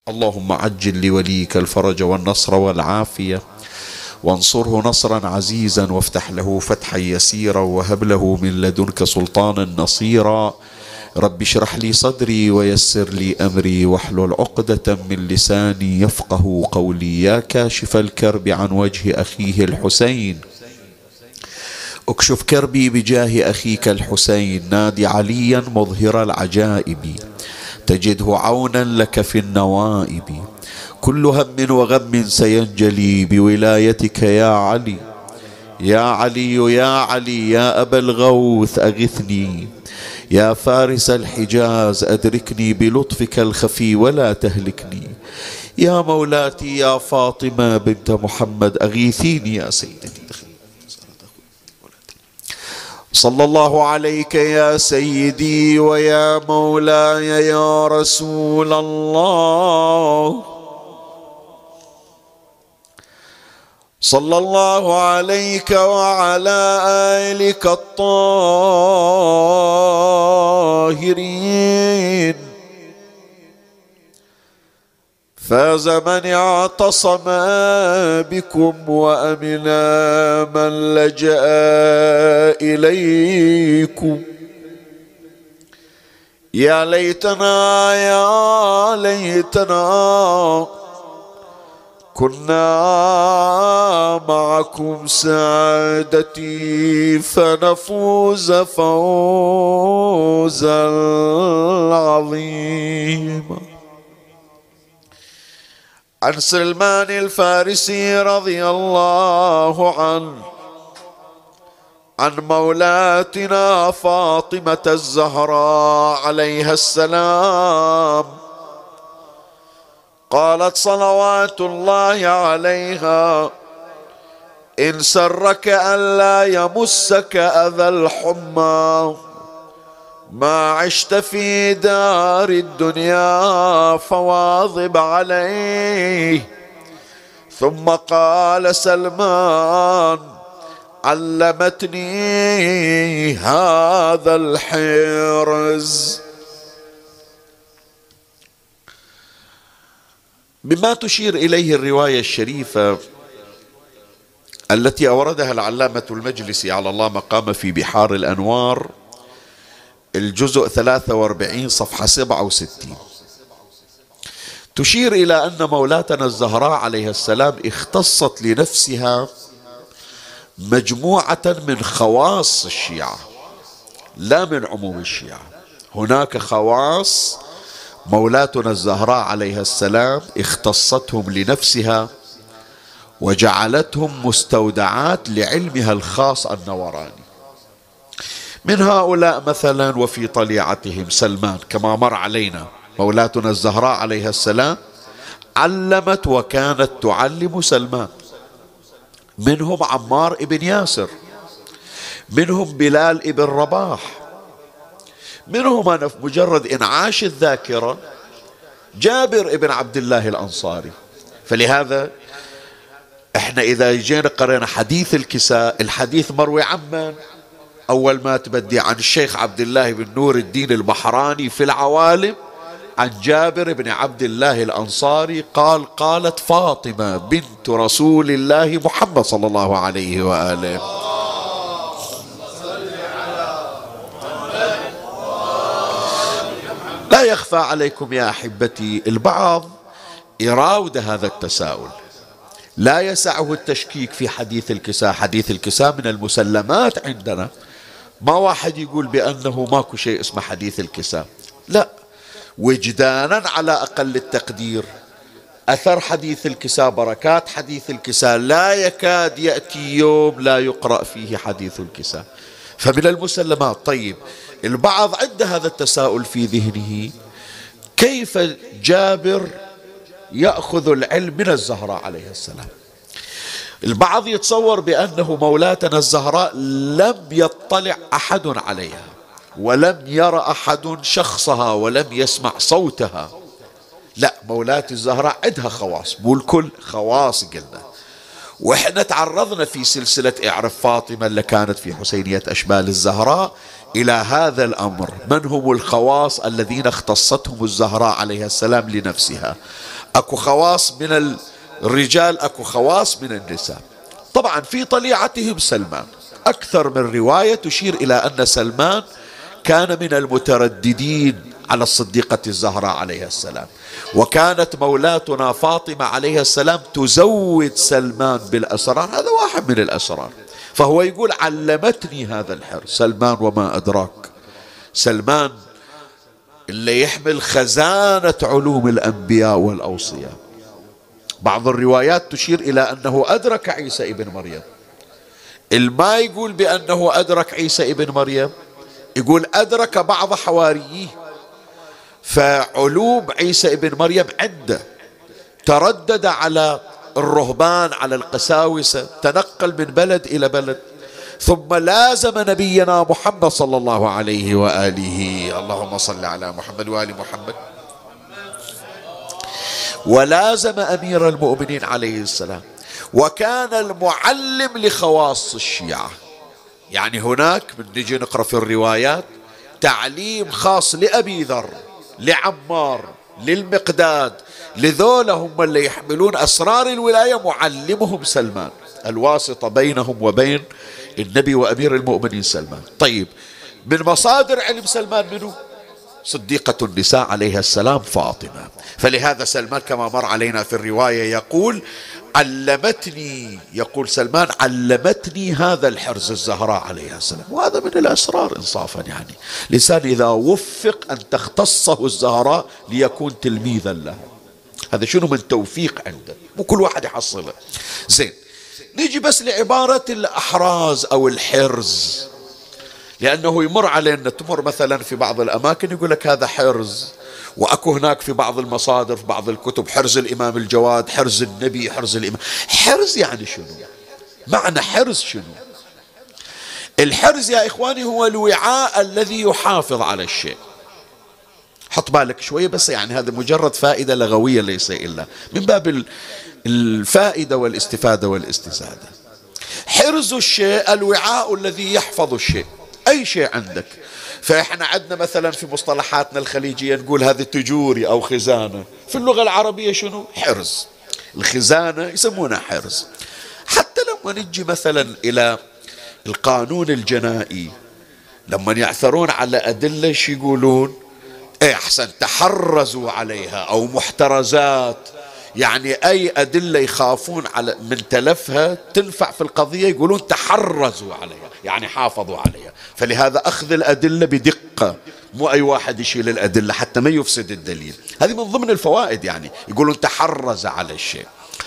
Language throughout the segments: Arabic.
اللهم عجل لوليك الفرج والنصر والعافية، وانصره نصرا عزيزا، وافتح له فتحا يسيرا، وهب له من لدنك سلطانا نصيرا. رب اشرح لي صدري ويسر لي أمري، واحلل عقدة من لساني يفقه قولي. يا كاشف الكرب عن وجه أخيه الحسين، اكشف كربي بجاه أخيك الحسين. نادي عليا مظهر العجائب، تجده عونا لك في النوائب. كل هم وغم سينجلي بولايتك يا علي. يا علي يا علي يا أبا الغوث أغثني، يا فارس الحجاز أدركني بلطفك الخفي ولا تهلكني. يا مولاتي يا فاطمة بنت محمد أغيثيني يا سيدتي. صلى الله عليك يا سيدي ويا مولاي يا رسول الله. صلى الله عليك وعلى آلك الطاهرين. فاز من اعتصم بكم وأمنا من لجأ إليكم. يا ليتنا يا ليتنا كنا معكم سعادتي، فنفوز فوزا عظيما. عن سلمان الفارسي رضي الله عنه عن مولاتنا فاطمة الزهراء عليها السلام قالت صلوات الله عليها: إن سرك ألا يمسك أذى الحمى ما عشت في دار الدنيا فواظب عليه. ثم قال سلمان: علمتني هذا الحرز. بما تشير إليه الرواية الشريفة التي أوردها العلامة المجلسي على الله مقام في بحار الأنوار، الجزء 43 صفحة 67، تشير إلى أن مولاتنا الزهراء عليها السلام اختصت لنفسها مجموعة من خواص الشيعة لا من عموم الشيعة. هناك خواص مولاتنا الزهراء عليها السلام اختصتهم لنفسها وجعلتهم مستودعات لعلمها الخاص النوراني. من هؤلاء مثلا وفي طليعتهم سلمان، كما مر علينا مولاتنا الزهراء عليها السلام علمت وكانت تعلم سلمان. منهم عمار ابن ياسر، منهم بلال ابن رباح، منهم أنا في مجرد إنعاش الذاكرة جابر ابن عبد الله الأنصاري. فلهذا احنا إذا جينا قرينا حديث الكساء، الحديث مروي عمن؟ أول ما تبدي عن الشيخ عبد الله بن نور الدين البحراني في العوالم عن جابر بن عبد الله الأنصاري قال: قالت فاطمة بنت رسول الله محمد صلى الله عليه وآله. لا يخفى عليكم يا أحبتي البعض يراود هذا التساؤل، لا يسعه التشكيك في حديث الكساء. حديث الكساء من المسلمات عندنا، ما واحد يقول بأنه ماكو شيء اسمه حديث الكساء، لا، وجدانا على أقل التقدير أثر حديث الكساء، بركات حديث الكساء، لا يكاد يأتي يوم لا يقرأ فيه حديث الكساء، فمن المسلمات. طيب، البعض عنده هذا التساؤل في ذهنه: كيف جابر يأخذ العلم من الزهراء عليه السلام؟ البعض يتصور بأنه مولاتنا الزهراء لم يطلع أحد عليها، ولم يرى أحد شخصها، ولم يسمع صوتها. لا، مولات الزهراء عندها خواص، مو الكل، خواص قلنا. وإحنا تعرضنا في سلسلة اعرف فاطمة اللي كانت في حسينية أشبال الزهراء إلى هذا الأمر، من هم الخواص الذين اختصتهم الزهراء عليها السلام لنفسها. أكو خواص من الرجال، أكو خواص من النساء. طبعا في طليعتهم سلمان أكثر من رواية تشير إلى أن سلمان كان من المترددين على الصديقة الزهراء عليها السلام، وكانت مولاتنا فاطمة عليها السلام تزود سلمان بالأسرار، هذا واحد من الأسرار. فهو يقول علمتني هذا الحرز. سلمان وما أدراك، سلمان اللي يحمل خزانة علوم الأنبياء والأوصياء. بعض الروايات تشير إلى أنه أدرك عيسى ابن مريم. الما يقول بأنه أدرك عيسى ابن مريم، يقول أدرك بعض حواريه. فعلوم عيسى ابن مريم عنده، تردد على الرهبان، على القساوسة، تنقل من بلد إلى بلد، ثم لازم نبينا محمد صلى الله عليه وآله، اللهم صل على محمد وآل محمد، ولازم أمير المؤمنين عليه السلام، وكان المعلم لخواص الشيعة. يعني هناك من نجي نقرأ في الروايات تعليم خاص لأبي ذر، لعمار، للمقداد، لذولا هم اللي يحملون أسرار الولاية، معلمهم سلمان، الواسطة بينهم وبين النبي وأمير المؤمنين سلمان. طيب، من مصادر علم سلمان منه؟ صديقة النساء عليها السلام فاطمة. فلهذا سلمان كما مر علينا في الرواية يقول علمتني، يقول سلمان علمتني هذا الحرز الزهراء عليها السلام. وهذا من الأسرار إنصافا، يعني الإنسان إذا وفق أن تختصه الزهراء ليكون تلميذا لها، هذا شنو من توفيق عنده، مو كل واحد يحصله. زين، نيجي بس لعبارة الأحراز أو الحرز، لأنه يمر علينا، تمر مثلا في بعض الأماكن يقول لك هذا حرز، وأكو هناك في بعض المصادر في بعض الكتب حرز الإمام الجواد، حرز النبي، حرز الإمام. حرز يعني شنو؟ معنى حرز شنو؟ الحرز يا إخواني هو الوعاء الذي يحافظ على الشيء. حط بالك شوية بس، يعني هذا مجرد فائدة لغوية ليس إلا من باب الفائدة والاستفادة والاستزادة. حرز الشيء الوعاء الذي يحفظ الشيء، أي شيء عندك. فإحنا عندنا مثلا في مصطلحاتنا الخليجية نقول هذه تجوري أو خزانة، في اللغة العربية شنو؟ حرز. الخزانة يسمونها حرز. حتى لما نجي مثلا إلى القانون الجنائي، لما يعثرون على أدلة ايش يقولون؟ ايه أحسن، تحرزوا عليها أو محترزات، يعني أي أدلة يخافون على من تلفها تنفع في القضية يقولون تحرزوا عليها، يعني حافظوا عليها. فلهذا أخذ الأدلة بدقة، مو أي واحد يشيل الأدلة حتى ما يفسد الدليل. هذه من ضمن الفوائد، يعني يقولون تحرز على الشيء.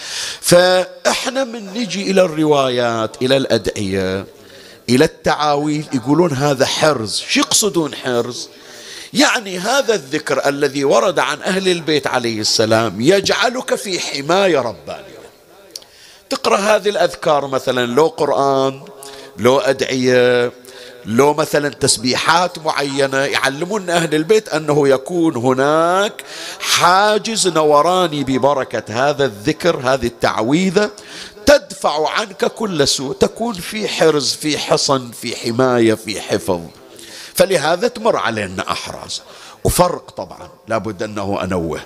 فإحنا من نجي إلى الروايات، إلى الأدعية، إلى التعاويذ، يقولون هذا حرز. شو يقصدون حرز؟ يعني هذا الذكر الذي ورد عن أهل البيت عليه السلام يجعلك في حماية ربانية. تقرأ هذه الأذكار مثلا، لو قرآن، لو أدعية، لو مثلا تسبيحات معينة، يعلمون أهل البيت أنه يكون هناك حاجز نوراني ببركة هذا الذكر، هذه التعويذة تدفع عنك كل سوء، تكون في حرز، في حصن، في حماية، في حفظ. فلهذا تمر علينا أحراز. وفرق طبعا لابد أنه أنوه،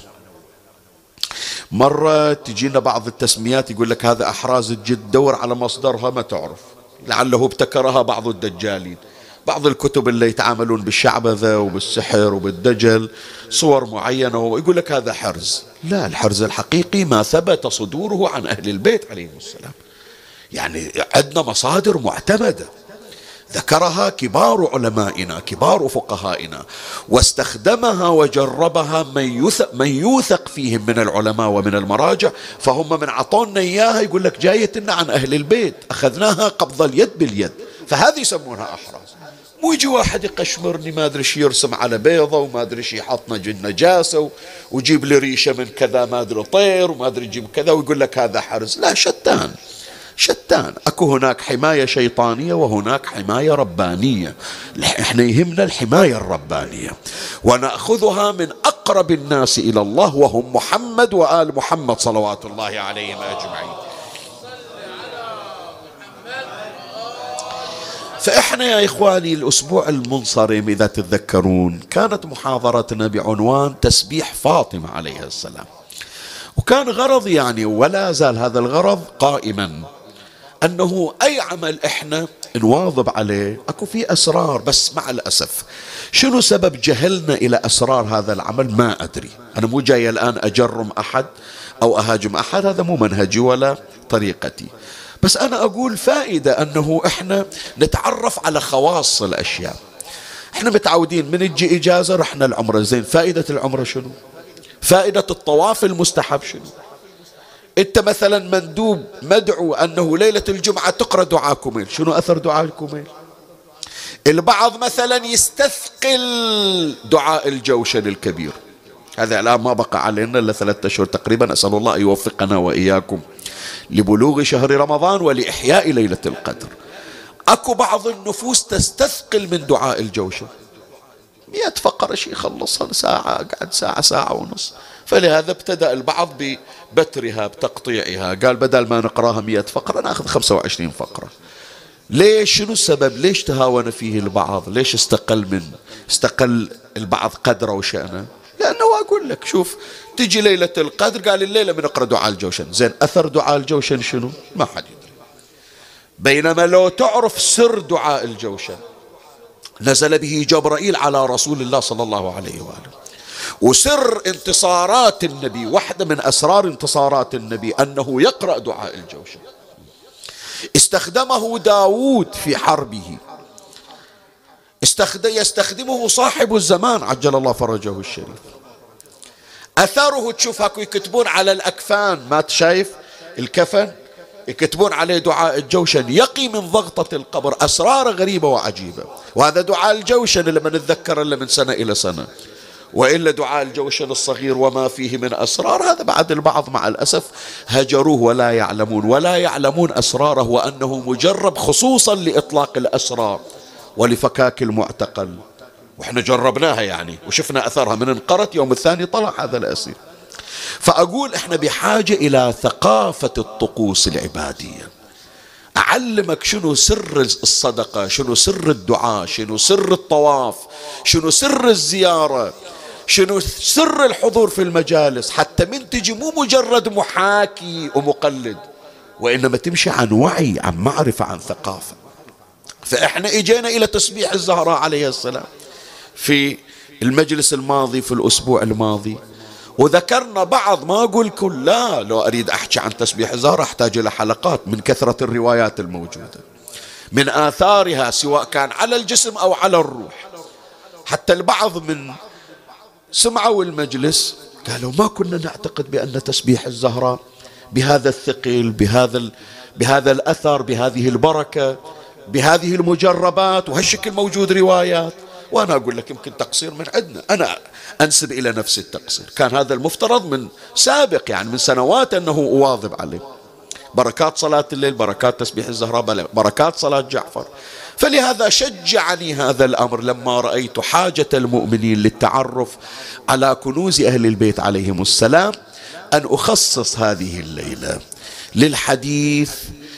مرة تجينا بعض التسميات يقول لك هذا أحراز الجد، دور على مصدرها ما تعرف، لعله ابتكرها بعض الدجالين. بعض الكتب اللي يتعاملون بالشعبذة وبالسحر وبالدجل، صور معينة ويقول لك هذا حرز. لا، الحرز الحقيقي ما ثبت صدوره عن أهل البيت عليهم السلام. يعني عندنا مصادر معتمدة ذكرها كبار علمائنا، كبار فقهائنا، واستخدمها وجربها من يوثق فيهم من العلماء ومن المراجع، فهم من عطونا إياها يقول لك جايتنا عن أهل البيت، أخذناها قبض اليد باليد. فهذه يسمونها أحراز. مو يجي واحد يقشمرني ما أدري شي، يرسم على بيضة وما أدري شي، يحط نجاسة ويجيب لي ريشة من كذا ما أدري طير وما أدري يجيب كذا ويقول لك هذا حرز. لا، شتان شتان. أكو هناك حماية شيطانية وهناك حماية ربانية. إحنا يهمنا الحماية الربانية، ونأخذها من أقرب الناس إلى الله وهم محمد وآل محمد صلوات الله عليهم أجمعين. فإحنا يا إخواني الأسبوع المنصرم إذا تتذكرون كانت محاضرتنا بعنوان تسبيح فاطمة عليها السلام، وكان غرض يعني ولا زال هذا الغرض قائما، أنه أي عمل إحنا نواظب عليه أكو فيه أسرار، بس مع الأسف شنو سبب جهلنا إلى أسرار هذا العمل ما أدري. أنا مو جاي الآن أجرم أحد أو أهاجم أحد، هذا مو منهجي ولا طريقتي، بس أنا أقول فائدة أنه إحنا نتعرف على خواص الأشياء. إحنا متعودين من تجي إجازة رحنا العمرة، زين فائدة العمرة شنو؟ فائدة الطواف المستحب شنو؟ أنت مثلا مندوب مدعو أنه ليلة الجمعة تقرأ دعاء كميل، شنو أثر دعاء الكميل؟ البعض مثلا يستثقل دعاء الجوشن الكبير، هذا الآن ما بقى علينا إلا 3 أشهر تقريبا، أسأل الله أن يوفقنا وإياكم لبلوغ شهر رمضان ولإحياء ليلة القدر. أكو بعض النفوس تستثقل من دعاء الجوشن، 100 فقرة شيء يخلصها ساعة، قعد ساعة ساعة ونص، فلهذا ابتدأ البعض ببترها بتقطيعها، قال بدل ما نقراها 100 فقرة ناخذ 25 فقرة. ليش؟ شنو السبب؟ ليش تهاون فيه البعض؟ ليش استقل البعض قدره وشأنه؟ لأنه أقول لك شوف تجي ليلة القدر قال الليلة بنقرأ دعاء الجوشن، زين أثر دعاء الجوشن شنو؟ ما حد يدري. بينما لو تعرف سر دعاء الجوشن، نزل به جبرائيل على رسول الله صلى الله عليه وآله، وسر انتصارات النبي، واحدة من أسرار انتصارات النبي أنه يقرأ دعاء الجوشن، استخدمه داود في حربه، يستخدمه صاحب الزمان عجل الله فرجه الشريف. أثره تشوف هاكو يكتبون على الأكفان، ما تشايف الكفن يكتبون عليه دعاء الجوشن يقي من ضغطة القبر، أسرار غريبة وعجيبة. وهذا دعاء الجوشن لما نتذكر إلا من سنة إلى سنة، وإلا دعاء الجوشن الصغير وما فيه من أسرار، هذا بعد البعض مع الأسف هجروه ولا يعلمون أسراره، وأنه مجرب خصوصا لإطلاق الأسرار ولفكاك المعتقل، وإحنا جربناها يعني وشفنا أثرها، من انقرت يوم الثاني طلع هذا الأسير. فأقول إحنا بحاجة إلى ثقافة الطقوس العبادية، أعلمك شنو سر الصدقة، شنو سر الدعاء، شنو سر الطواف، شنو سر الزيارة، شنو سر الحضور في المجالس، حتى من تجي مو مجرد محاكي ومقلد، وإنما تمشي عن وعي، عن معرفة، عن ثقافة. فإحنا إجينا إلى تسبيح الزهراء عليه السلام في المجلس الماضي، في الأسبوع الماضي، وذكرنا بعض، ما أقول كل، لا، لو أريد أحكي عن تسبيح الزهراء أحتاج إلى حلقات من كثرة الروايات الموجودة، من آثارها سواء كان على الجسم أو على الروح. حتى البعض من سمعوا المجلس قالوا ما كنا نعتقد بأن تسبيح الزهراء بهذا الثقل، بهذا الأثر، بهذه البركة، بهذه المجربات، وهالشكل موجود روايات. وأنا أقول لك يمكن تقصير من عندنا، أنا أنسب إلى نفس التقصير، كان هذا المفترض من سابق يعني من سنوات أنه أواظب عليه، بركات صلاة الليل، بركات تسبيح الزهراء، بركات صلاة جعفر. فلهذا شجعني هذا الأمر لما رأيت حاجة المؤمنين للتعرف على كنوز أهل البيت عليهم السلام، أن أخصص هذه الليلة للحديث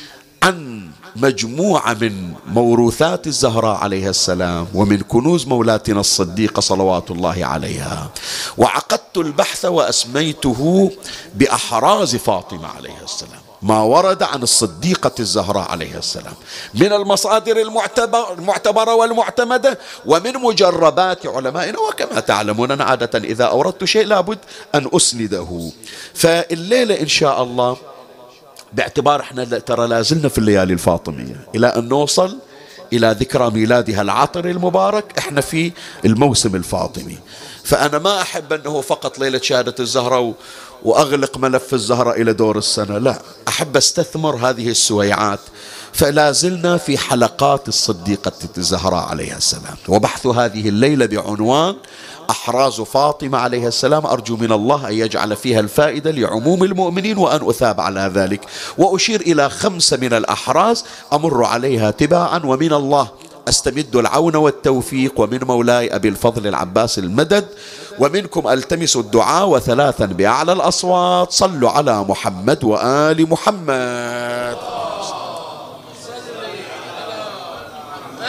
عن مجموعة من موروثات الزهراء عليها السلام ومن كنوز مولاتنا الصديقة صلوات الله عليها. وعقدت البحث وأسميته بأحراز فاطمة عليها السلام، ما ورد عن الصديقة الزهراء عليها السلام من المصادر المعتبرة والمعتمدة ومن مجربات علمائنا. وكما تعلمون أنا عادة إذا أوردت شيء لابد أن أسنده. فالليلة إن شاء الله باعتبار احنا ترى لازلنا في الليالي الفاطمية إلى أن نوصل إلى ذكرى ميلادها العطر المبارك، احنا في الموسم الفاطمي. فأنا ما أحب أنه فقط ليلة شهادة الزهراء وأغلق ملف الزهراء إلى دور السنة، لا، أحب أستثمر هذه السويعات. فلازلنا في حلقات الصديقة الزهراء عليها السلام، وبحث هذه الليلة بعنوان أحراز فاطمة عليها السلام، أرجو من الله أن يجعل فيها الفائدة لعموم المؤمنين وأن أثاب على ذلك. وأشير إلى 5 من الأحراز أمر عليها تباعا، ومن الله أستمد العون والتوفيق، ومن مولاي أبي الفضل العباس المدد، ومنكم ألتمس الدعاء، و3 بأعلى الأصوات صلوا على محمد وآل محمد.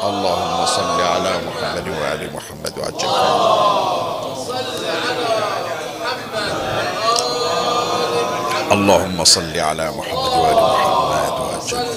اللهم صل على محمد وآل محمد وعجل. اللهم صل على محمد وآل محمد وعجل.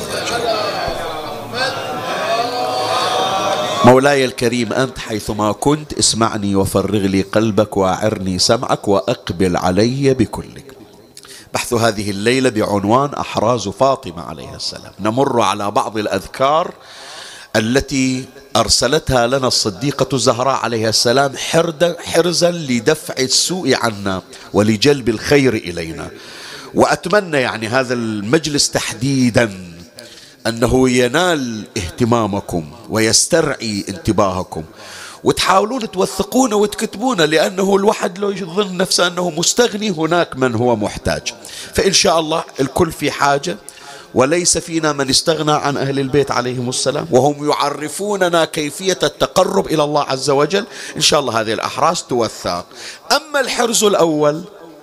مولاي الكريم، أنت حيثما كنت اسمعني وفرغ لي قلبك وأعرني سمعك وأقبل علي بكلك. بحث هذه الليلة بعنوان أحراز فاطمة عليها السلام. نمر على بعض الأذكار التي أرسلتها لنا الصديقة الزهراء عليها السلام حرزا لدفع السوء عنا ولجلب الخير إلينا. وأتمنى يعني هذا المجلس تحديدا أنه ينال اهتمامكم ويسترعي انتباهكم، وتحاولون توثقون وتكتبون، لأنه الواحد لو يظن نفسه أنه مستغني هناك من هو محتاج. فإن شاء الله الكل في حاجة، وليس فينا من استغنى عن أهل البيت عليهم السلام، وهم يعرفوننا كيفية التقرب إلى الله عز وجل. إن شاء الله هذه الأحراز توثق. أما الحرز الأول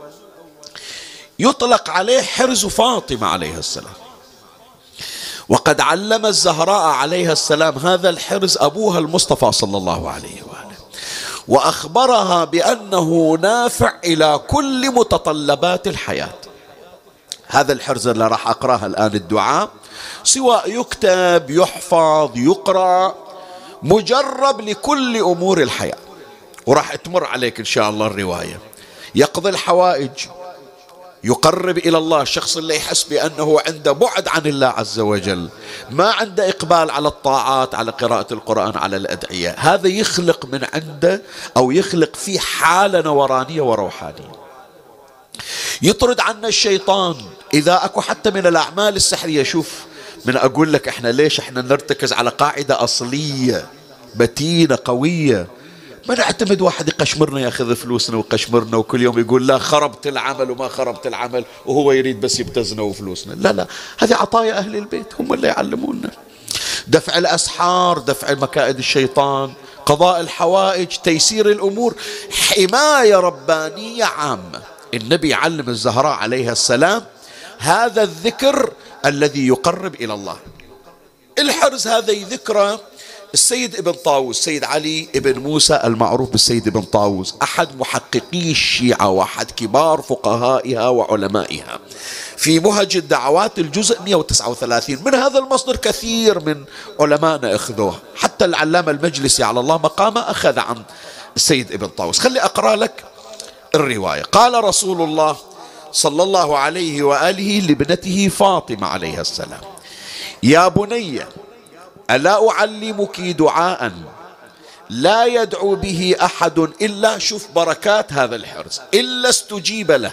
يطلق عليه حرز فاطمة عليها السلام، وقد علم الزهراء عليها السلام هذا الحرز أبوها المصطفى صلى الله عليه وآله، وأخبرها بأنه نافع إلى كل متطلبات الحياة. هذا الحرز اللي راح أقرأها الآن الدعاء، سواء يكتب يحفظ يقرأ، مجرب لكل أمور الحياة، وراح تمر عليك إن شاء الله الرواية. يقضي الحوائج، يقرب إلى الله. الشخص اللي يحس بأنه عنده بعد عن الله عز وجل، ما عنده إقبال على الطاعات، على قراءة القرآن، على الأدعية، هذا يخلق من عنده أو يخلق فيه حالة نورانية وروحانية. يطرد عنا الشيطان إذا أكو حتى من الأعمال السحرية. شوف، من أقول لك إحنا ليش إحنا نرتكز على قاعدة أصلية متينة قوية. ما نعتمد واحد يقشمرنا ياخذ فلوسنا ويقشمرنا وكل يوم يقول لا خربت العمل وما خربت العمل، وهو يريد بس يبتزنا وفلوسنا. لا لا، هذه عطايا أهل البيت، هم اللي يعلمونا. دفع الأسحار، دفع مكائد الشيطان، قضاء الحوائج، تيسير الأمور، حماية ربانية عامة. النبي علم الزهراء عليها السلام هذا الذكر الذي يقرب إلى الله. الحرز هذا ذكرى السيد ابن طاووس، سيد علي ابن موسى المعروف بالسيد ابن طاووس، أحد محققي الشيعة وأحد كبار فقهائها وعلمائها، في مهج الدعوات الجزء 139. من هذا المصدر كثير من علمائنا أخذوه، حتى العلامة المجلسي على الله مقامه أخذ عن السيد ابن طاووس. خلي أقرأ لك الرواية. قال رسول الله صلى الله عليه وآله لابنته فاطمة عليها السلام: يا بني، ألا أعلمك دعاء لا يدعو به أحد إلا، شوف بركات هذا الحرز، إلا استجيب له،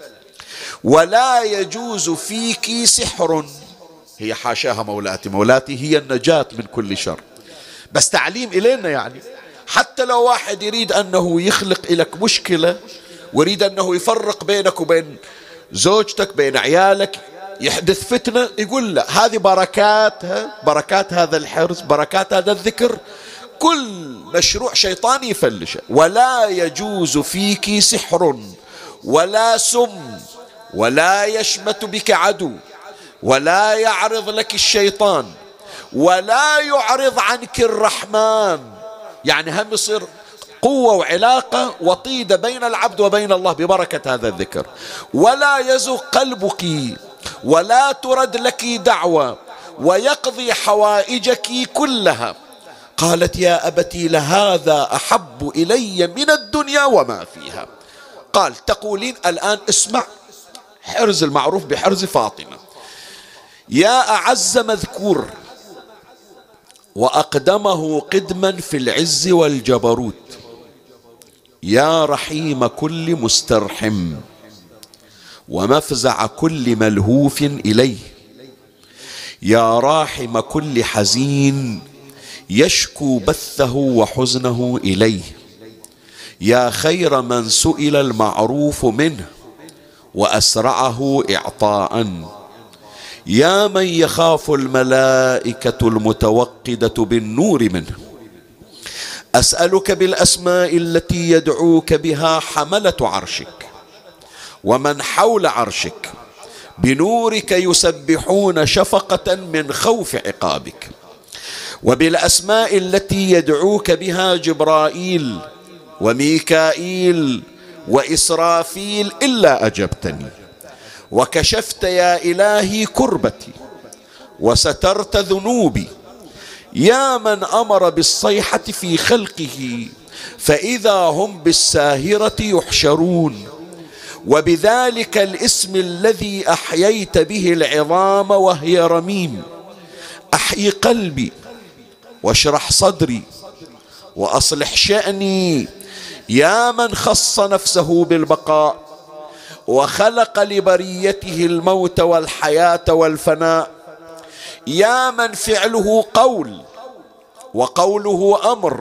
ولا يجوز فيك سحر. هي حاشاها مولاتي، مولاتي هي النجاة من كل شر، بس تعليم إلينا. يعني حتى لو واحد يريد أنه يخلق لك مشكلة ويريد أنه يفرق بينك وبين زوجتك، بين عيالك، يحدث فتنة، يقول لا، هذه بركاتها، بركات هذا الحرز، بركات هذا الذكر، كل مشروع شيطاني يفلشه. ولا يجوز فيك سحر ولا سم، ولا يشمت بك عدو، ولا يعرض لك الشيطان، ولا يعرض عنك الرحمن. يعني هم يصير قوة وعلاقة وطيدة بين العبد وبين الله ببركة هذا الذكر. ولا يزغ قلبك، ولا ترد لك دعوة، ويقضي حوائجك كلها. قالت: يا أبتي لهذا أحب إلي من الدنيا وما فيها. قال: تقولين الآن اسمع حرز المعروف بحرز فاطمة: يا أعز مذكور وأقدمه قدما في العز والجبروت، يا رحيم كل مسترحم ومفزع كل ملهوف إليه، يا راحم كل حزين يشكو بثه وحزنه إليه، يا خير من سئل المعروف منه وأسرعه إعطاء، يا من يخاف الملائكة المتوقدة بالنور منه، أسألك بالأسماء التي يدعوك بها حملة عرشك ومن حول عرشك، بنورك يسبحون شفقة من خوف عقابك، وبالأسماء التي يدعوك بها جبرائيل وميكائيل وإسرافيل إلا أجبتني، وكشفت يا إلهي كربتي وسترت ذنوبي، يا من أمر بالصيحة في خلقه فإذا هم بالساهرة يحشرون، وبذلك الاسم الذي أحييت به العظام وهي رميم، أحيي قلبي واشرح صدري وأصلح شأني، يا من خص نفسه بالبقاء وخلق لبريته الموت والحياة والفناء، يا من فعله قول وقوله أمر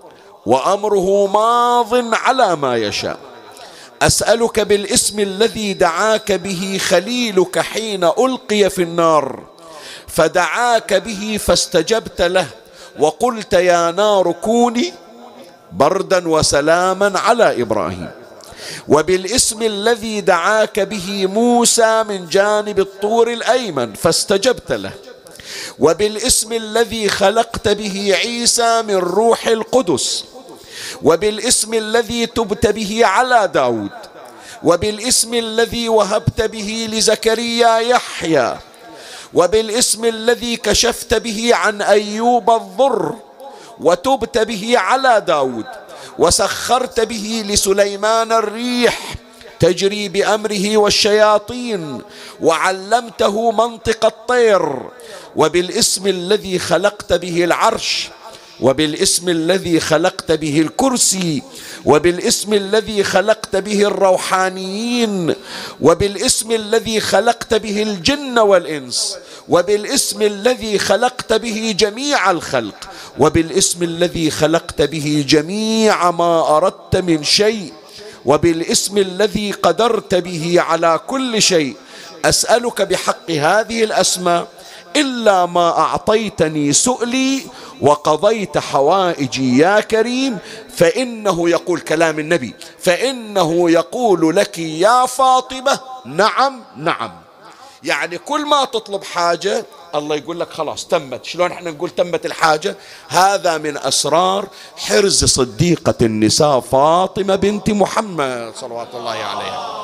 وأمره ماض على ما يشاء، أسألك بالاسم الذي دعاك به خليلك حين ألقي في النار فدعاك به فاستجبت له وقلت يا نار كوني بردا وسلاما على إبراهيم، وبالاسم الذي دعاك به موسى من جانب الطور الأيمن فاستجبت له، وبالاسم الذي خلقت به عيسى من روح القدس، وبالاسم الذي تبت به على داود، وبالاسم الذي وهبت به لزكريا يحيى، وبالاسم الذي كشفت به عن أيوب الضر وتبت به على داود، وسخرت به لسليمان الريح تجري بأمره والشياطين وعلمته منطق الطير، وبالاسم الذي خلقت به العرش، وبالاسم الذي خلقت به الكرسي، وبالاسم الذي خلقت به الروحانيين، وبالاسم الذي خلقت به الجن والإنس، وبالاسم الذي خلقت به جميع الخلق، وبالاسم الذي خلقت به جميع ما أردت من شيء، وبالاسم الذي قدرت به على كل شيء، أسألك بحق هذه الأسماء إلا ما أعطيتني سؤلي وقضيت حوائجي يا كريم، فإنه يقول كلام النبي، فإنه يقول لك يا فاطمة نعم نعم، يعني كل ما تطلب حاجة الله يقول لك خلاص تمت. شلون احنا نقول تمت الحاجة؟ هذا من أسرار حرز صديقة النساء فاطمة بنت محمد صلوات الله عليها.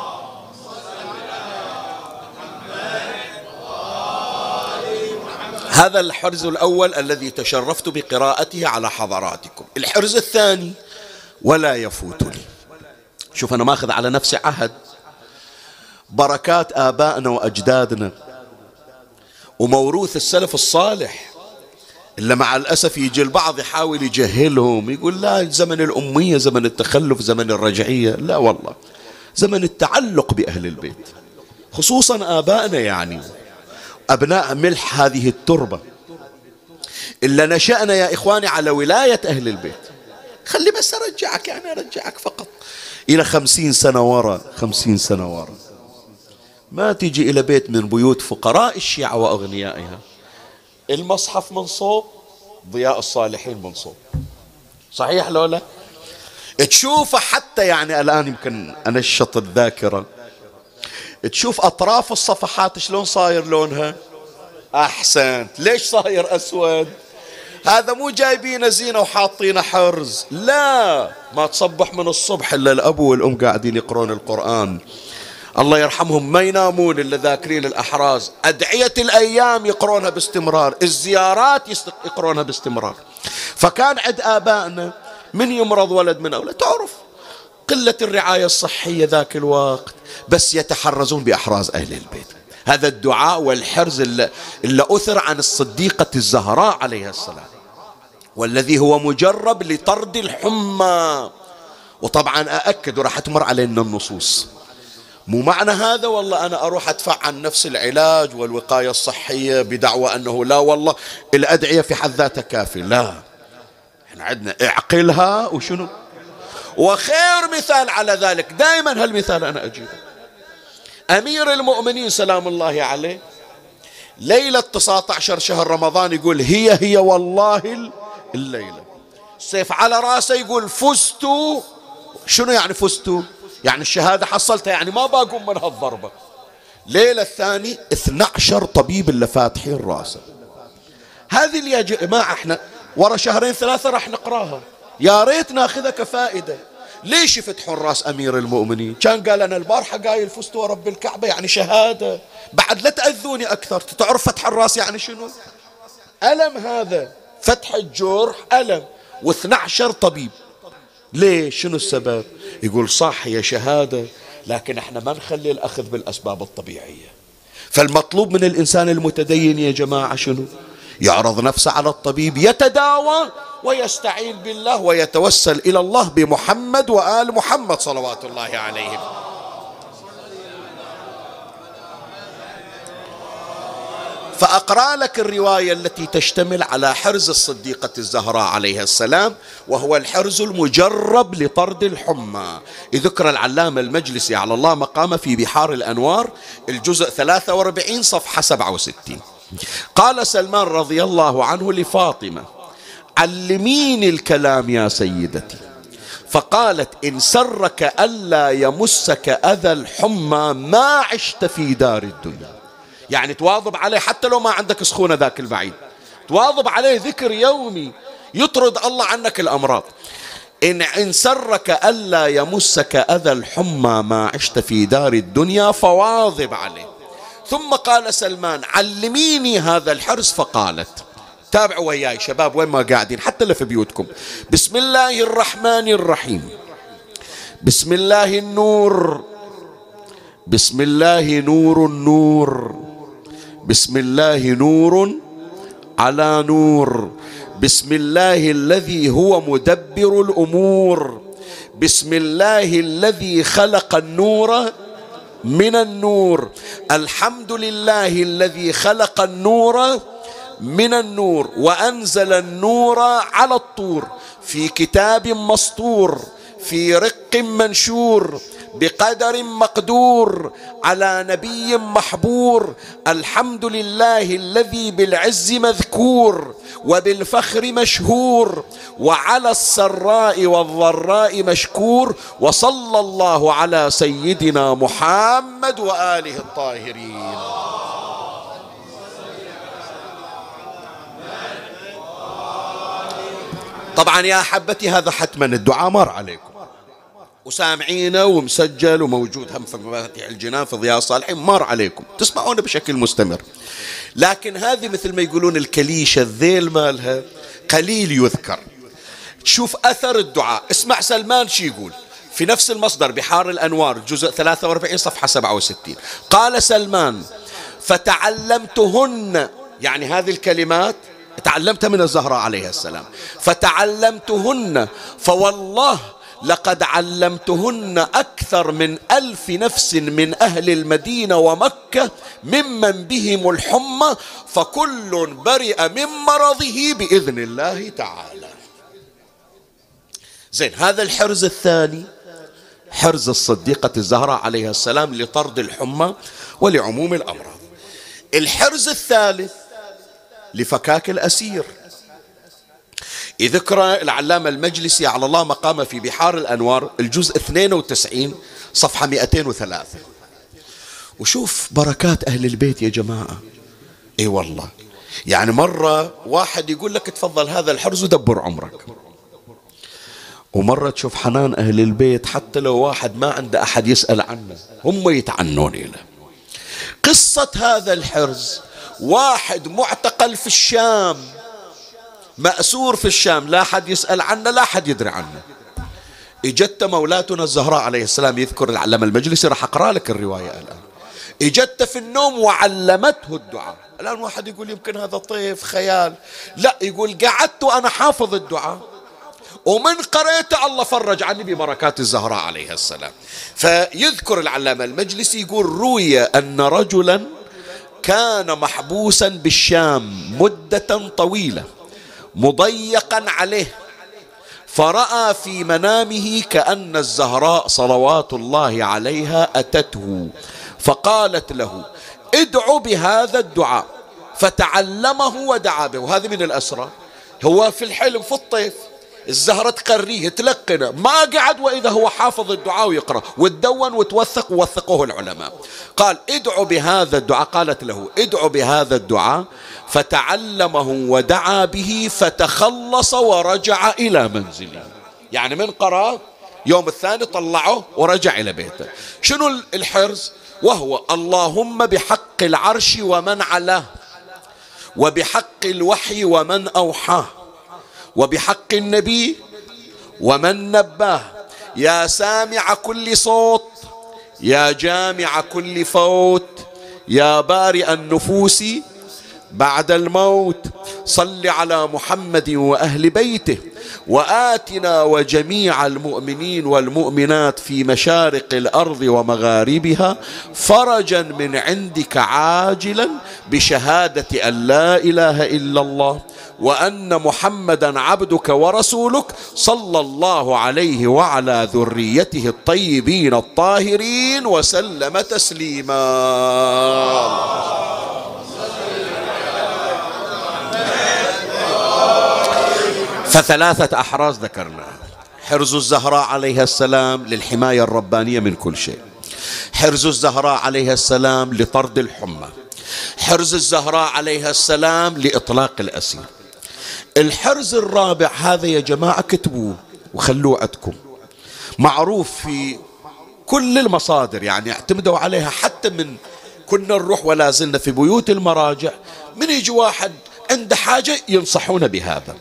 هذا الحرز الأول الذي تشرفت بقراءته على حضراتكم. الحرز الثاني ولا يفوتني، شوف أنا ماخذ على نفسي عهد، بركات آبائنا وأجدادنا وموروث السلف الصالح، إلا مع الأسف يجي البعض يحاول يجهلهم، يقول لا زمن الأمية زمن التخلف زمن الرجعية، لا والله زمن التعلق بأهل البيت، خصوصا آبائنا يعني أبناء ملح هذه التربة، إلا نشأنا يا إخواني على ولاية أهل البيت. خلي بس أرجعك، يعني أرجعك فقط إلى 50 سنة وراء، 50 سنة وراء، ما تيجي إلى بيت من بيوت فقراء الشيعة وأغنيائها، المصحف منصوب، ضياء الصالحين منصوب، صحيح لو لا؟ تشوف حتى يعني الآن يمكن أنشط الذاكرة، تشوف أطراف الصفحات شلون صاير لونها أحسنت. ليش صاير أسود؟ هذا مو جايبين زينة وحاطين حرز، لا، ما تصبح من الصبح إلا الأبو والأم قاعدين يقرون القرآن، الله يرحمهم ما ينامون إلا ذاكرين الأحراز، أدعية الأيام يقرونها باستمرار، الزيارات يقرونها باستمرار. فكان عند آبائنا من يمرض ولد من أولاد تعرف قلة الرعاية الصحية ذاك الوقت، بس يتحرزون بأحراز أهل البيت. هذا الدعاء والحرز اللي أثر عن الصديقة الزهراء عليها السلام، والذي هو مجرب لطرد الحمى. وطبعا أأكد وراح تمر علينا النصوص، مو معنى هذا والله أنا أروح أدفع عن نفس العلاج والوقاية الصحية بدعوى أنه لا والله الأدعية في حد ذاتها كافي، لا، احنا عندنا اعقلها وشنو. وخير مثال على ذلك دائما هالمثال أنا أجيبه، أمير المؤمنين سلام الله عليه ليلة 19 شهر رمضان يقول هي والله الليلة، السيف على راسه يقول فزت. شنو يعني فزت؟ يعني الشهادة حصلتها، يعني ما بقوم من هالضربة. ليلة الثاني 12 طبيب اللي فاتحين راسه. هذه اللي يا جماعة احنا ورا شهرين ثلاثة راح نقراها، يا ريت ناخذها كفائدة. ليش يفتحون راس أمير المؤمنين؟ كان قال أنا البارحة قايل فزت ورب الكعبة، يعني شهادة، بعد لا تأذوني أكثر. تعرف فتح الراس يعني شنو؟ ألم، هذا فتح الجرح ألم، و12 طبيب. ليش؟ شنو السبب؟ يقول صح هي شهادة، لكن احنا ما نخلي الأخذ بالأسباب الطبيعية. فالمطلوب من الإنسان المتدين يا جماعة شنو؟ يعرض نفسه على الطبيب، يتداوى ويستعين بالله ويتوسل إلى الله بمحمد وآل محمد صلوات الله عليهم. فأقرأ لك الرواية التي تشتمل على حرز الصديقة الزهراء عليها السلام، وهو الحرز المجرب لطرد الحمى. ذكر العلامة المجلسي على الله مقامه في بحار الأنوار الجزء 43 صفحة 67. قال سلمان رضي الله عنه لفاطمة: علميني الكلام يا سيدتي. فقالت: إن سرك ألا يمسك أذى الحمى ما عشت في دار الدنيا. يعني تواظب عليه حتى لو ما عندك سخونة ذاك البعيد، تواظب عليه ذكر يومي يطرد الله عنك الأمراض. إن سرك ألا يمسك أذى الحمى ما عشت في دار الدنيا، فواظب عليه. ثم قال سلمان: علميني هذا الحرز. فقالت، تابعوا وياي شباب وين ما قاعدين حتى اللي في بيوتكم: بسم الله الرحمن الرحيم، بسم الله النور، بسم الله نور النور، بسم الله نور على نور، بسم الله الذي هو مدبر الأمور، بسم الله الذي خلق النور من النور، الحمد لله الذي خلق النور من النور وأنزل النور على الطور في كتاب مسطور في رق منشور بقدر مقدور على نبي محبور، الحمد لله الذي بالعز مذكور وبالفخر مشهور وعلى السراء والضراء مشكور، وصلى الله على سيدنا محمد وآله الطاهرين. طبعا يا أحبتي هذا حتما الدعاء مر عليكم وسامعينه ومسجل وموجود هم في مفاتيح الجنان في ضياء الصالحين، مر عليكم تسمعونه بشكل مستمر. لكن هذه مثل ما يقولون الكليشة الذيل مالها قليل يذكر. تشوف أثر الدعاء. اسمع سلمان شي يقول في نفس المصدر بحار الأنوار جزء 43 صفحة 67. قال سلمان: فتعلمتهن، يعني هذه الكلمات تعلمتها من الزهراء عليها السلام، فتعلمتهن فوالله لقد علمتهن أكثر من 1000 نفس من أهل المدينة ومكة ممن بهم الحمى، فكل برئ من مرضه بإذن الله تعالى. زين، هذا الحرز الثاني حرز الصديقة الزهراء عليها السلام لطرد الحمى ولعموم الأمراض. الحرز الثالث لفكاك الأسير. يذكر العلامة المجلسي على الله مقامه في بحار الأنوار الجزء 92 صفحة 203. وشوف بركات أهل البيت يا جماعة. اي والله، يعني مرة واحد يقول لك تفضل هذا الحرز ودبر عمرك، ومرة تشوف حنان أهل البيت حتى لو واحد ما عنده أحد يسأل عنه هم يتعنون له. قصة هذا الحرز: واحد معتقل في الشام، مأسور في الشام، لا أحد يسأل عنه لا أحد يدري عنه. اجت مولاتنا الزهراء عليه السلام، يذكر العلامة المجلسي، راح أقرأ لك الرواية الآن. اجت في النوم وعلمته الدعاء. الآن واحد يقول يمكن هذا طيف خيال، لا، يقول قعدت وأنا حافظ الدعاء ومن قرأته الله فرج عني ببركات الزهراء عليها السلام. فيذكر العلامة المجلسي يقول: روي أن رجلا كان محبوسا بالشام مدة طويلة مضيقا عليه، فرأى في منامه كأن الزهراء صلوات الله عليها أتته فقالت له: ادعو بهذا الدعاء، فتعلمه ودعا به. وهذه من الأسرى، هو في الحلم في الطيف الزهرة تقريه تلقنه، ما قعد وإذا هو حافظ الدعاء ويقرأ وتدون وتوثق ووثقه العلماء. قال ادعو بهذا الدعاء، قالت له ادعو بهذا الدعاء، فتعلمه ودعا به فتخلص ورجع إلى منزله. يعني من قرأ يوم الثاني طلعه ورجع إلى بيته. شنو الحرز؟ وهو اللهم بحق العرش ومن علاه، وبحق الوحي ومن أوحاه، وبحق النبي ومن نباه، يا سامع كل صوت، يا جامع كل فوت، يا بارئ النفوس بعد الموت، صل على محمد وأهل بيته، وآتنا وجميع المؤمنين والمؤمنات في مشارق الأرض ومغاربها فرجا من عندك عاجلا بشهادة أن لا إله إلا الله وأن محمدا عبدك ورسولك صلى الله عليه وعلى ذريته الطيبين الطاهرين وسلم تسليما. فثلاثة أحراز ذكرناها: حرز الزهراء عليها السلام للحماية الربانية من كل شيء، حرز الزهراء عليها السلام لطرد الحمى، حرز الزهراء عليها السلام لإطلاق الأسير. الحرز الرابع هذا يا جماعة كتبوه وخلوه عندكم، معروف في كل المصادر، يعني اعتمدوا عليها، حتى من كنا نروح ولا زلنا في بيوت المراجع من يجي واحد عنده حاجة ينصحون بهذا: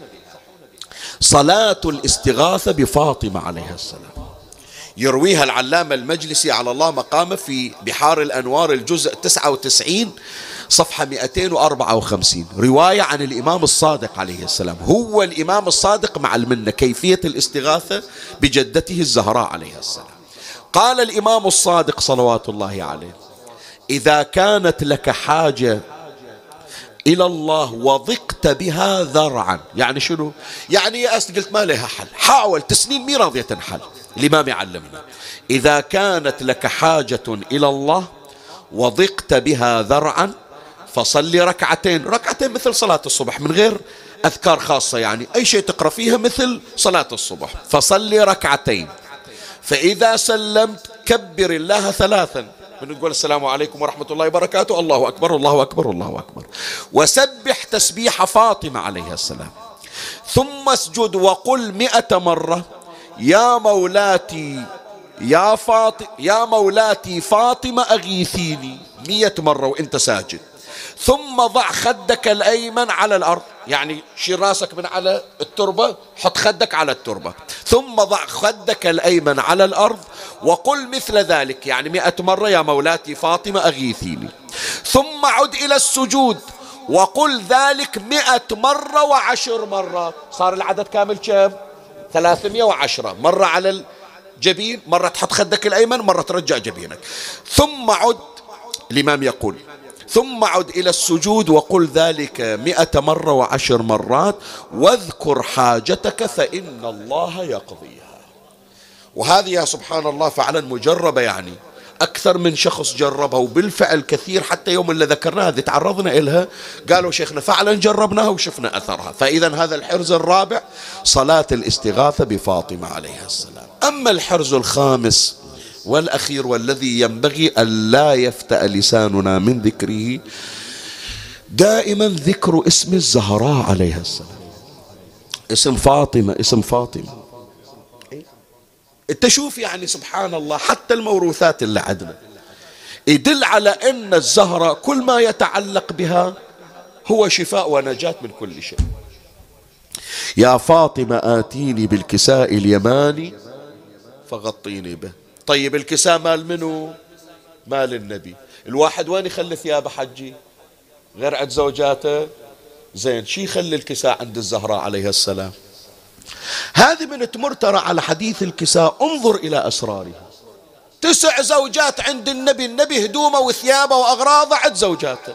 صلاة الاستغاثة بفاطمة عليها السلام. يرويها العلامة المجلسي على الله مقامه في بحار الأنوار الجزء 99 صفحة 254، رواية عن الإمام الصادق عليه السلام. هو الإمام الصادق مع المنة كيفية الاستغاثة بجدته الزهراء عليها السلام. قال الإمام الصادق صلوات الله عليه: إذا كانت لك حاجة إلى الله وضقت بها ذرعا. يعني شنو؟ يعني يأست قلت ما لها حل، حاول تسنين مي راضية تنحل. الإمام يعلمنا: إذا كانت لك حاجة إلى الله وضقت بها ذرعا فصلي ركعتين، ركعتين مثل صلاة الصبح من غير أذكار خاصة، يعني أي شيء تقرأ فيها مثل صلاة الصبح، فصلي ركعتين، فإذا سلمت كبر الله ثلاثا، نقول السلام عليكم ورحمة الله وبركاته، الله أكبر الله أكبر الله أكبر، وسبح تسبيح فاطمة عليها السلام، ثم اسجد وقل 100 مرة يا مولاتي يا مولاتي فاطمة أغيثيني، 100 مرة وانت ساجد. ثم ضع خدك الأيمن على الأرض، يعني شيل راسك من على التربة، حط خدك على التربة، ثم ضع خدك الأيمن على الأرض وقل مثل ذلك، يعني 100 مرة يا مولاتي فاطمة أغيثيني. ثم عد إلى السجود وقل ذلك 100 مرة و10 مرات، صار العدد كامل كم؟ 310 مرة على الجبين، مرة تحط خدك الأيمن، مرة ترجع جبينك. ثم عد، الإمام يقول: ثم عد إلى السجود وقل ذلك 100 مرة و10 مرات واذكر حاجتك فإن الله يقضيها. وهذه يا سبحان الله فعلا مجربة، يعني أكثر من شخص جربها، وبالفعل كثير حتى يوم اللي ذكرناها هذه تعرضنا إلها قالوا شيخنا فعلا جربناها وشفنا أثرها. فإذا هذا الحرز الرابع صلاة الاستغاثة بفاطمة عليها السلام. أما الحرز الخامس والأخير والذي ينبغي أن لا يفتأ لساننا من ذكره، دائما ذكر اسم الزهراء عليها السلام، اسم فاطمة، اسم فاطمة. انت شوف يعني سبحان الله حتى الموروثات اللي عندنا يدل على ان الزهرة كل ما يتعلق بها هو شفاء ونجاة من كل شيء. يا فاطمة آتيني بالكساء اليماني فغطيني به. طيب الكساء مال منو؟ مال النبي. الواحد وين يخلي ثيابه حجي غير عند زوجاته؟ زين، شي يخلي الكساء عند الزهراء عليها السلام؟ هذه من تمر ترى على حديث الكساء انظر إلى أسرارها. 9 زوجات عند النبي، النبي هدومه وثيابه وأغراضه عند زوجاته.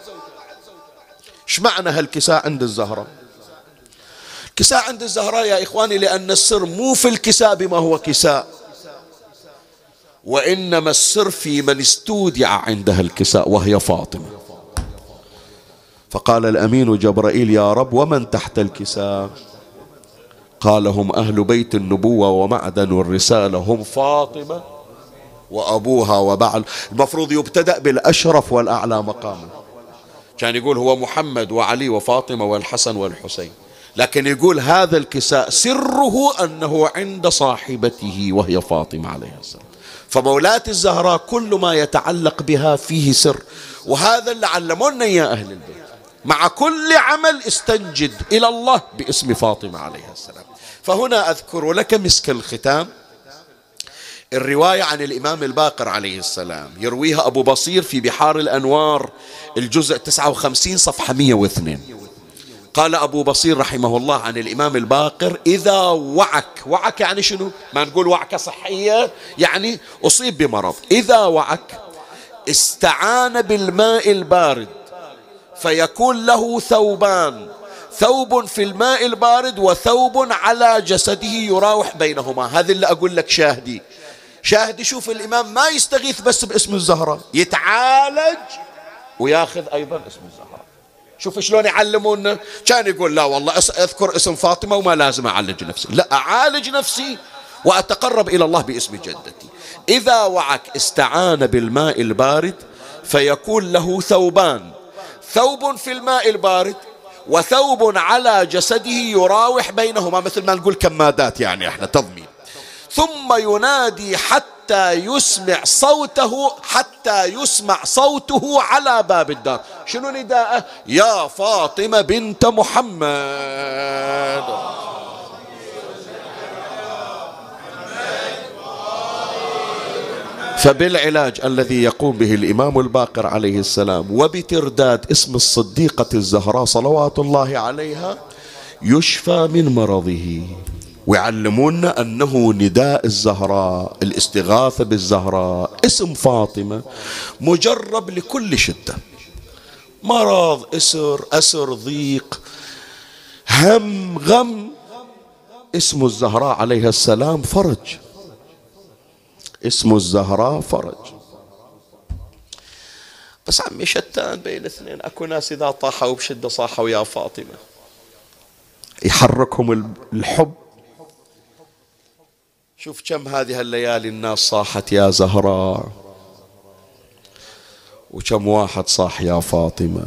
ايش معنى هالكساء عند الزهراء؟ الكساء عند الزهراء يا إخواني لأن السر مو في الكساء بما هو كساء، وإنما السر في من استودع عندها الكساء وهي فاطمة. فقال الأمين جبرائيل: يا رب ومن تحت الكساء؟ قال هم أهل بيت النبوة ومعدن الرسالة، هم فاطمة وأبوها وبعل. المفروض يبتدأ بالأشرف والأعلى مقاما، كان يقول هو محمد وعلي وفاطمة والحسن والحسين، لكن يقول هذا الكساء سره أنه عند صاحبته وهي فاطمة عليه السلام. فمولاة الزهراء كل ما يتعلق بها فيه سر، وهذا اللي علمونا يا أهل البيت. مع كل عمل استنجد إلى الله باسم فاطمة عليه السلام. فهنا أذكر لك مسك الختام الرواية عن الإمام الباقر عليه السلام، يرويها أبو بصير في بحار الأنوار الجزء 59 صفحة 102. قال أبو بصير رحمه الله عن الإمام الباقر: إذا وعك يعني شنو؟ ما نقول وعكة صحية، يعني أصيب بمرض. إذا وعك استعان بالماء البارد فيكون له ثوبان، ثوب في الماء البارد وثوب على جسده يراوح بينهما. هذا اللي أقول لك شاهدي. شوف الإمام ما يستغيث بس باسم الزهراء، يتعالج وياخذ أيضا اسم الزهراء. شوف شلون يعلمونا. كان يقول لا والله أذكر اسم فاطمة وما لازم أعالج نفسي، لا، أعالج نفسي وأتقرب إلى الله باسم جدتي. إذا وعك استعان بالماء البارد فيكون له ثوبان، ثوب في الماء البارد وثوب على جسده يراوح بينهما، مثل ما نقول كمادات، يعني احنا تضمين. ثم ينادي حتى يسمع صوته على باب الدار. شنو نداءه؟ يا فاطمة بنت محمد. فبالعلاج الذي يقوم به الإمام الباقر عليه السلام وبترداد اسم الصديقة الزهراء صلوات الله عليها يشفى من مرضه. ويعلمونا أنه نداء الزهراء، الاستغاثة بالزهراء، اسم فاطمة مجرب لكل شدة، مرض، أسر، ضيق، هم، غم، اسم الزهراء عليها السلام فرج. اسم الزهراء فرج. بس عمي شتان بين الاثنين. اكو ناس اذا طاحوا بشدة صاحوا يا فاطمة، يحركهم الحب. شوف كم هذه الليالي الناس صاحت يا زهراء، وكم واحد صاح يا فاطمة.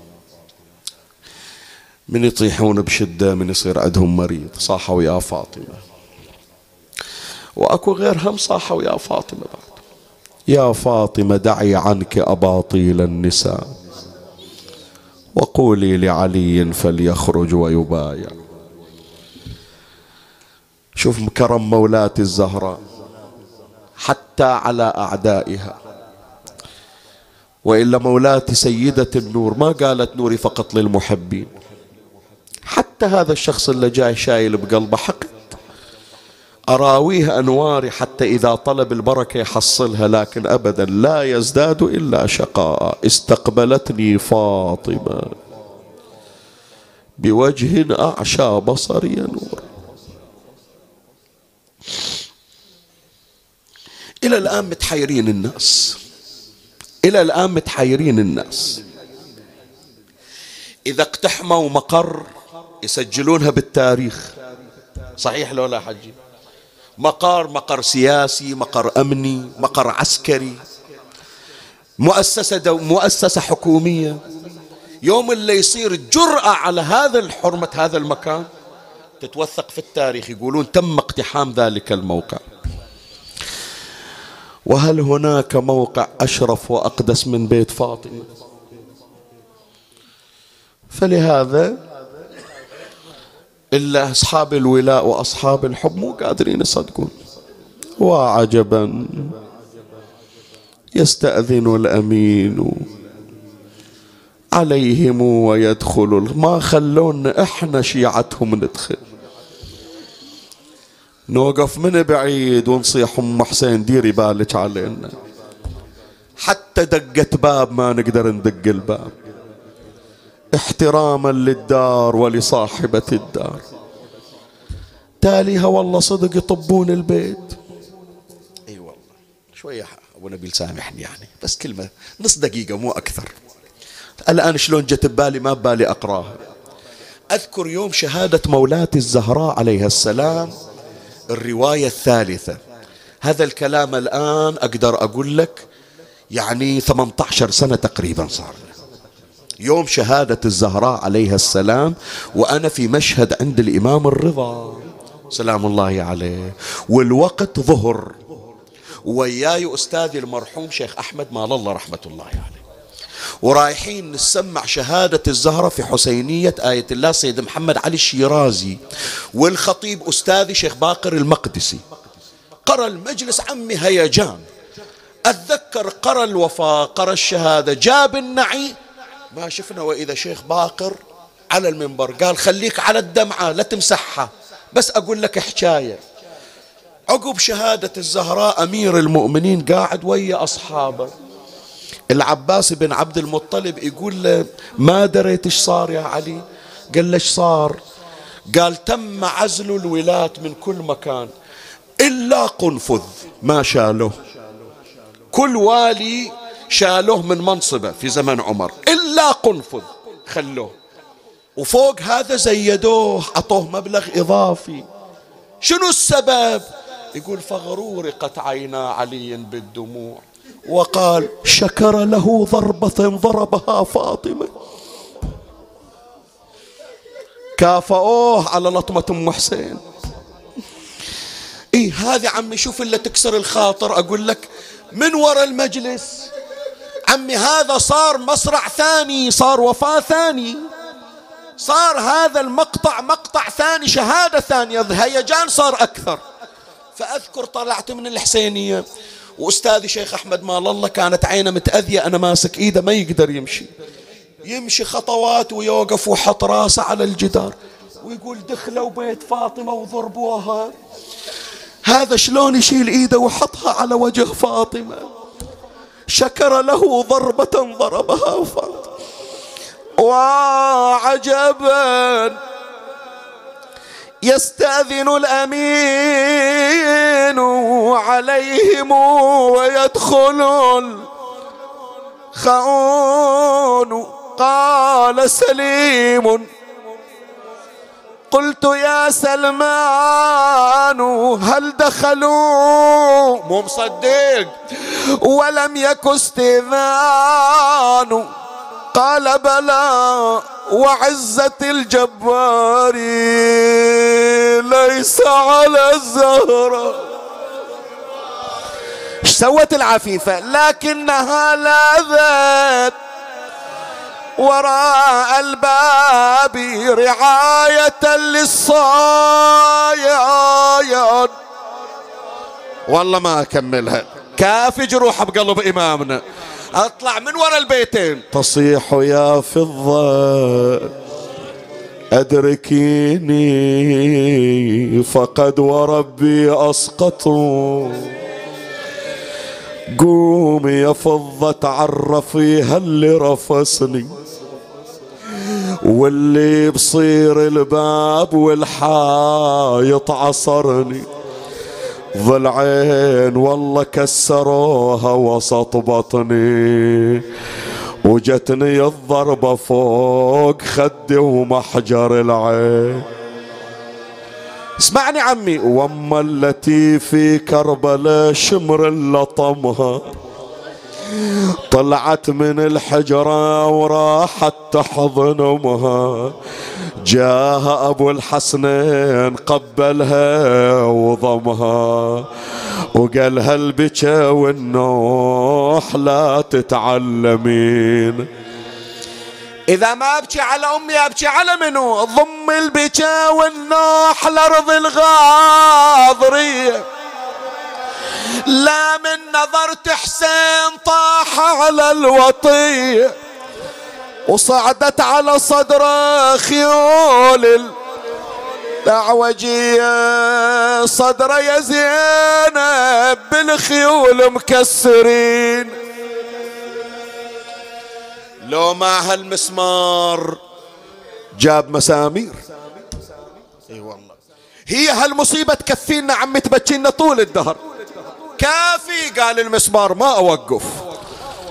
من يطيحون بشدة، من يصير عندهم مريض صاحوا يا فاطمة، وأكو غيرهم صاحوا يا فاطمة بعد. يا فاطمة دعي عنك أباطيل النساء وقولي لعلي فليخرج ويبايع. شوف كرم مولاة الزهراء حتى على أعدائها. وإلا مولاة سيدة النور ما قالت نوري فقط للمحبين، حتى هذا الشخص اللي جاي شايل بقلبه حقد، أراويه أنواري حتى إذا طلب البركة يحصلها، لكن أبدا لا يزداد إلا شقاء. استقبلتني فاطمة بوجه أعشى بصري نور. إلى الآن متحيرين الناس، إلى الآن متحيرين الناس. إذا اقتحموا مقر يسجلونها بالتاريخ، صحيح لو لا حجي؟ مقر سياسي، مقر أمني، مقر عسكري، مؤسسة حكومية. يوم اللي يصير جرأة على هذا الحرمة هذا المكان تتوثق في التاريخ، يقولون تم اقتحام ذلك الموقع. وهل هناك موقع أشرف وأقدس من بيت فاطمة؟ فلهذا إلا أصحاب الولاء وأصحاب الحب مو قادرين يصدقون. وعجبا يستأذن الأمين عليهم ويدخل، ما خلونا إحنا شيعتهم ندخل، نوقف من بعيد ونصيح أم حسين ديري بالك علينا. حتى دقة باب ما نقدر ندق الباب، احتراما للدار ولصاحبة الدار. تاليها والله صدق يطبون البيت. اي والله شوية ابو نبيل سامحني، يعني بس كلمة نص دقيقة مو اكثر. الان شلون جت ببالي، ما ببالي اقراها. أذكر يوم شهادة مولاتي الزهراء عليها السلام، الرواية الثالثة. هذا الكلام الآن أقدر أقول لك يعني 18 سنة تقريبا صار، يوم شهادة الزهراء عليها السلام، وأنا في مشهد عند الإمام الرضا سلام الله عليه، والوقت ظهر، وياي أستاذي المرحوم شيخ أحمد مال الله رحمة الله عليه، ورايحين نسمع شهادة الزهرة في حسينية آية الله سيد محمد علي الشيرازي، والخطيب أستاذي شيخ باقر المقدسي. قرأ المجلس عمي هيجان، أتذكر قرأ الوفاة، قرأ الشهادة، جاب النعي، ما شفنا وإذا شيخ باقر على المنبر قال خليك على الدمعة لا تمسحها، بس أقول لك حكاية. عقب شهادة الزهراء أمير المؤمنين قاعد ويا أصحابه، العباس بن عبد المطلب يقول له ما دريت ايش صار يا علي؟ قال له ايش صار؟ قال تم عزل الولاة من كل مكان إلا قنفذ ما شالوه، كل والي شالوه من منصبه في زمن عمر إلا قنفذ خلوه، وفوق هذا زيدوه عطوه مبلغ إضافي. شنو السبب؟ يقول فغرورقت عينا علي بالدموع وقال شكر له ضربة ضربها فاطمة، كافأوه على لطمة أم حسين. إيه هذه عمي شوف اللي تكسر الخاطر. أقول لك من وراء المجلس عمي هذا صار مصرع ثاني، صار وفاة ثاني، صار هذا المقطع مقطع ثاني، شهادة ثانية، هيجان صار أكثر. فأذكر طلعت من الحسينية وأستاذي شيخ أحمد مال الله كانت عينه متأذية، أنا ماسك إيده ما يقدر يمشي خطوات ويوقف وحط راسه على الجدار ويقول دخلوا بيت فاطمة وضربوها، هذا شلون يشيل إيده وحطها على وجه فاطمة؟ شكر له ضربة ضربها فاطمة. وعجبا يستأذن الأمين عليهم ويدخل الخون. قال سليم قلت يا سلمان هل دخلوا؟ مو مصدق ولم يك استئذان. قال بلى وعزة الجبار ليس على الزهرة. ايش سوت العفيفة؟ لكنها لاذت وراء الباب رعاية للصايد. والله ما أكملها، كافي جروحها بقلب إمامنا. أطلع من وراء البيتين تصيح يا فضة أدركيني فقد وربي أسقطوا. قومي يا فضة تعرفيها اللي رفسني واللي بصير الباب والحايط عصرني. ضلعين والله كسروها وسط بطني وجتني الضربة فوق خدي ومحجر العين. اسمعني عمي، وأما التي في كربلاء شمر اللطمها طلعت من الحجرة وراحت تحضن أمها. جاها أبو الحسنين قبلها وضمها وقالها البكا والنوح لا تتعلمين. إذا ما أبكي على أمي أبكي على منو؟ ضم البكا والنوح لأرض الغاضرية. لا من نظرت حسين طاح على الوطية وصعدت على صدر خيول الأعوجية. صدر يا زينب بالخيول مكسرين. لو مع هالمسمار جاب مسامير. اي والله هي هالمصيبة تكفينا عم تبكينا طول الدهر. كافي قال المسمار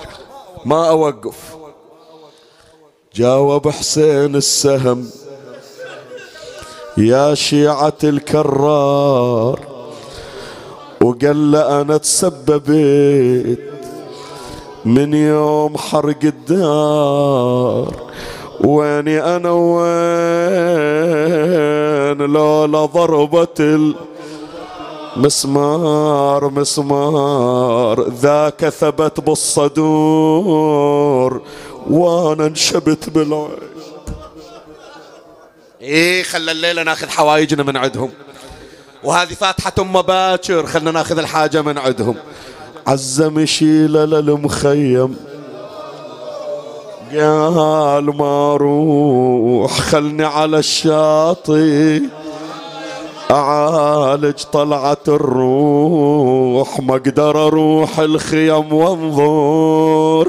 ما أوقف. جاوب حسين السهم يا شيعة الكرار، وقال له أنا تسببت من يوم حرق الدار، ويني أنا وين لولا ضربة المسمار مسمار، ذاك ثبت بالصدور وانا انشبت بالعين. ايه خلى الليلة ناخذ حوايجنا من عندهم، وهذه فاتحة أم باكر خلنا ناخذ الحاجة من عندهم. عزم يشيله للمخيم، قال ما روح خلني على الشاطئ أعالج طلعة الروح، ما اقدر اروح الخيم وانظر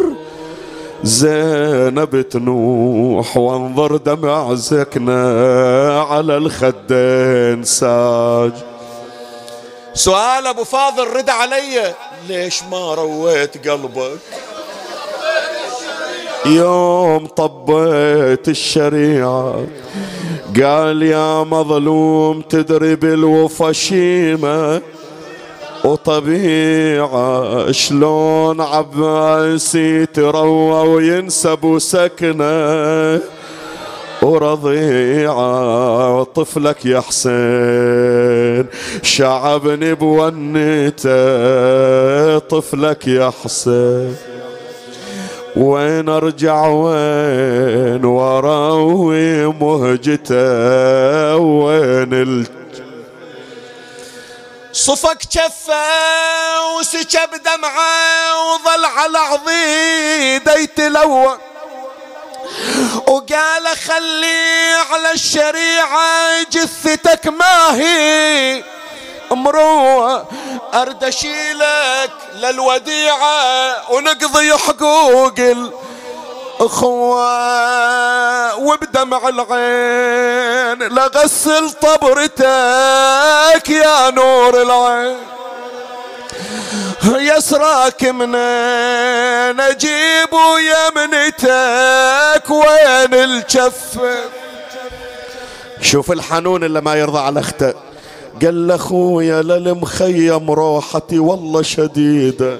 زينب تنوح، وانظر دمع سكنة على الخدين ساج. سؤال ابو فاضل رد علي، ليش ما رويت قلبك يوم طبيت الشريعة؟ قال يا مظلوم تدري بالوفا شيمة وطبيعة، شلون عباسي تروى وينسب سكنة ورضيعة، طفلك يا حسين شعبني بونته، طفلك يا حسين وين ارجع وين وراوي مهجته، وين صفك جفه وسكب دمعه وظل على عضيده يتلوى، وقال خلي على الشريعة جثتك ما هي مروة، أرد أشيلك للوديعة ونقضي حقوق الأخوة، وبدمع العين لغسل طبرتك يا نور العين، يسراك منين اجيب يمنتك وين الجف. شوف الحنون اللي ما يرضى على اخته، قال له اخويا للمخيم روحتي والله شديدة،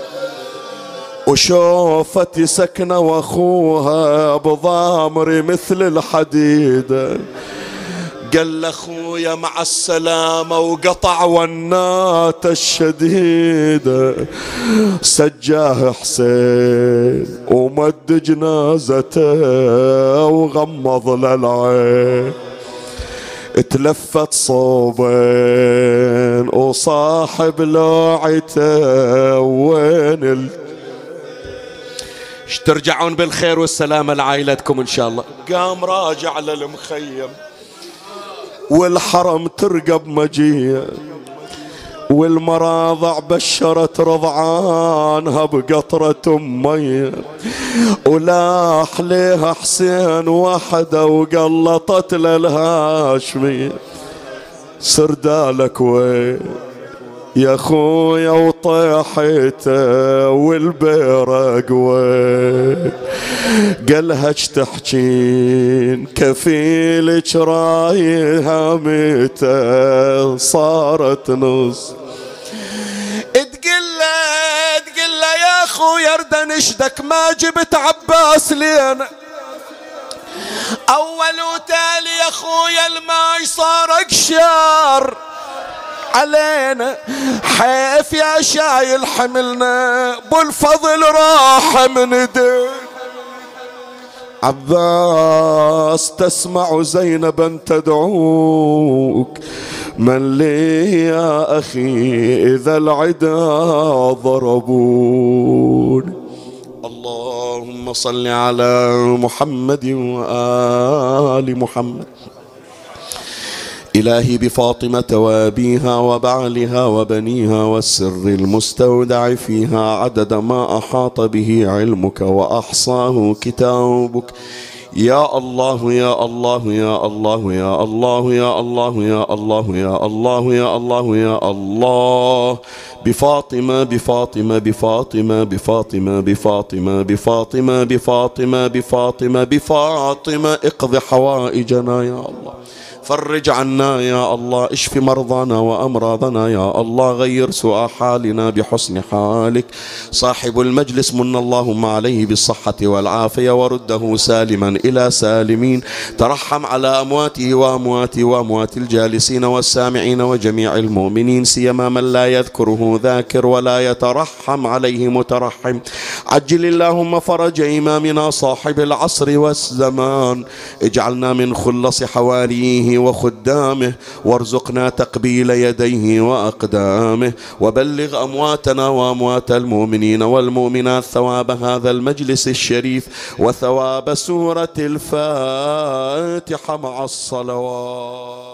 وشوفتي سكنة واخوها بضامري مثل الحديدة، قال اخويا مع السلامة وقطع ونات الشديدة، سجاه حسين ومد جنازته وغمض للعين، تلفت صوبين وصاحب لوعته وين ترجعون بالخير والسلامة لعائلتكم ان شاء الله. قام راجع للمخيم والحرم ترقب مجيه، والمراضع بشرت رضعانها بقطرة مية، ولاح ليها حسين وحده وقلطت للهاشمية، سردالك وين يا خويا وطيحته والبيرق وين، قالها اش تحجين كفيلك رايها ميته صارت نص، تقل يا خويا ارد نشدك ما جبت عباس لينا، اول وتالي يا خويا الماي صار اقشار علينا، حيف يا شايل حملنا بالفضل راح من دين. عباس تسمع زينبا تدعوك، من لي يا أخي إذا العدا ضربون. اللهم صل على محمد وآل محمد. إلهي بفاطمة وأبيها وبعلها وبنيها والسر المستودع فيها عدد ما أحاط به علمك وأحصاه كتابك، يا الله يا الله يا الله يا الله يا الله يا الله يا الله يا الله يا الله، بفاطمة بفاطمة بفاطمة بفاطمة بفاطمة بفاطمة بفاطمة بفاطمة بفاطمة اقض حوائجنا يا الله، فرج عنا يا الله، اشف مرضانا وأمراضنا يا الله، غير سوء حالنا بحسن حالك. صاحب المجلس من اللهم عليه بالصحة والعافية ورده سالما إلى سالمين. ترحم على أمواته وأموات الجالسين والسامعين وجميع المؤمنين، سيما من لا يذكره ذاكر ولا يترحم عليه مترحم. عجل اللهم فرج إمامنا صاحب العصر والزمان، اجعلنا من خلص حواريه وخدامه، وارزقنا تقبيل يديه وأقدامه، وبلغ أمواتنا وأموات المؤمنين والمؤمنات ثواب هذا المجلس الشريف وثواب سورة الفاتحة مع الصلوات.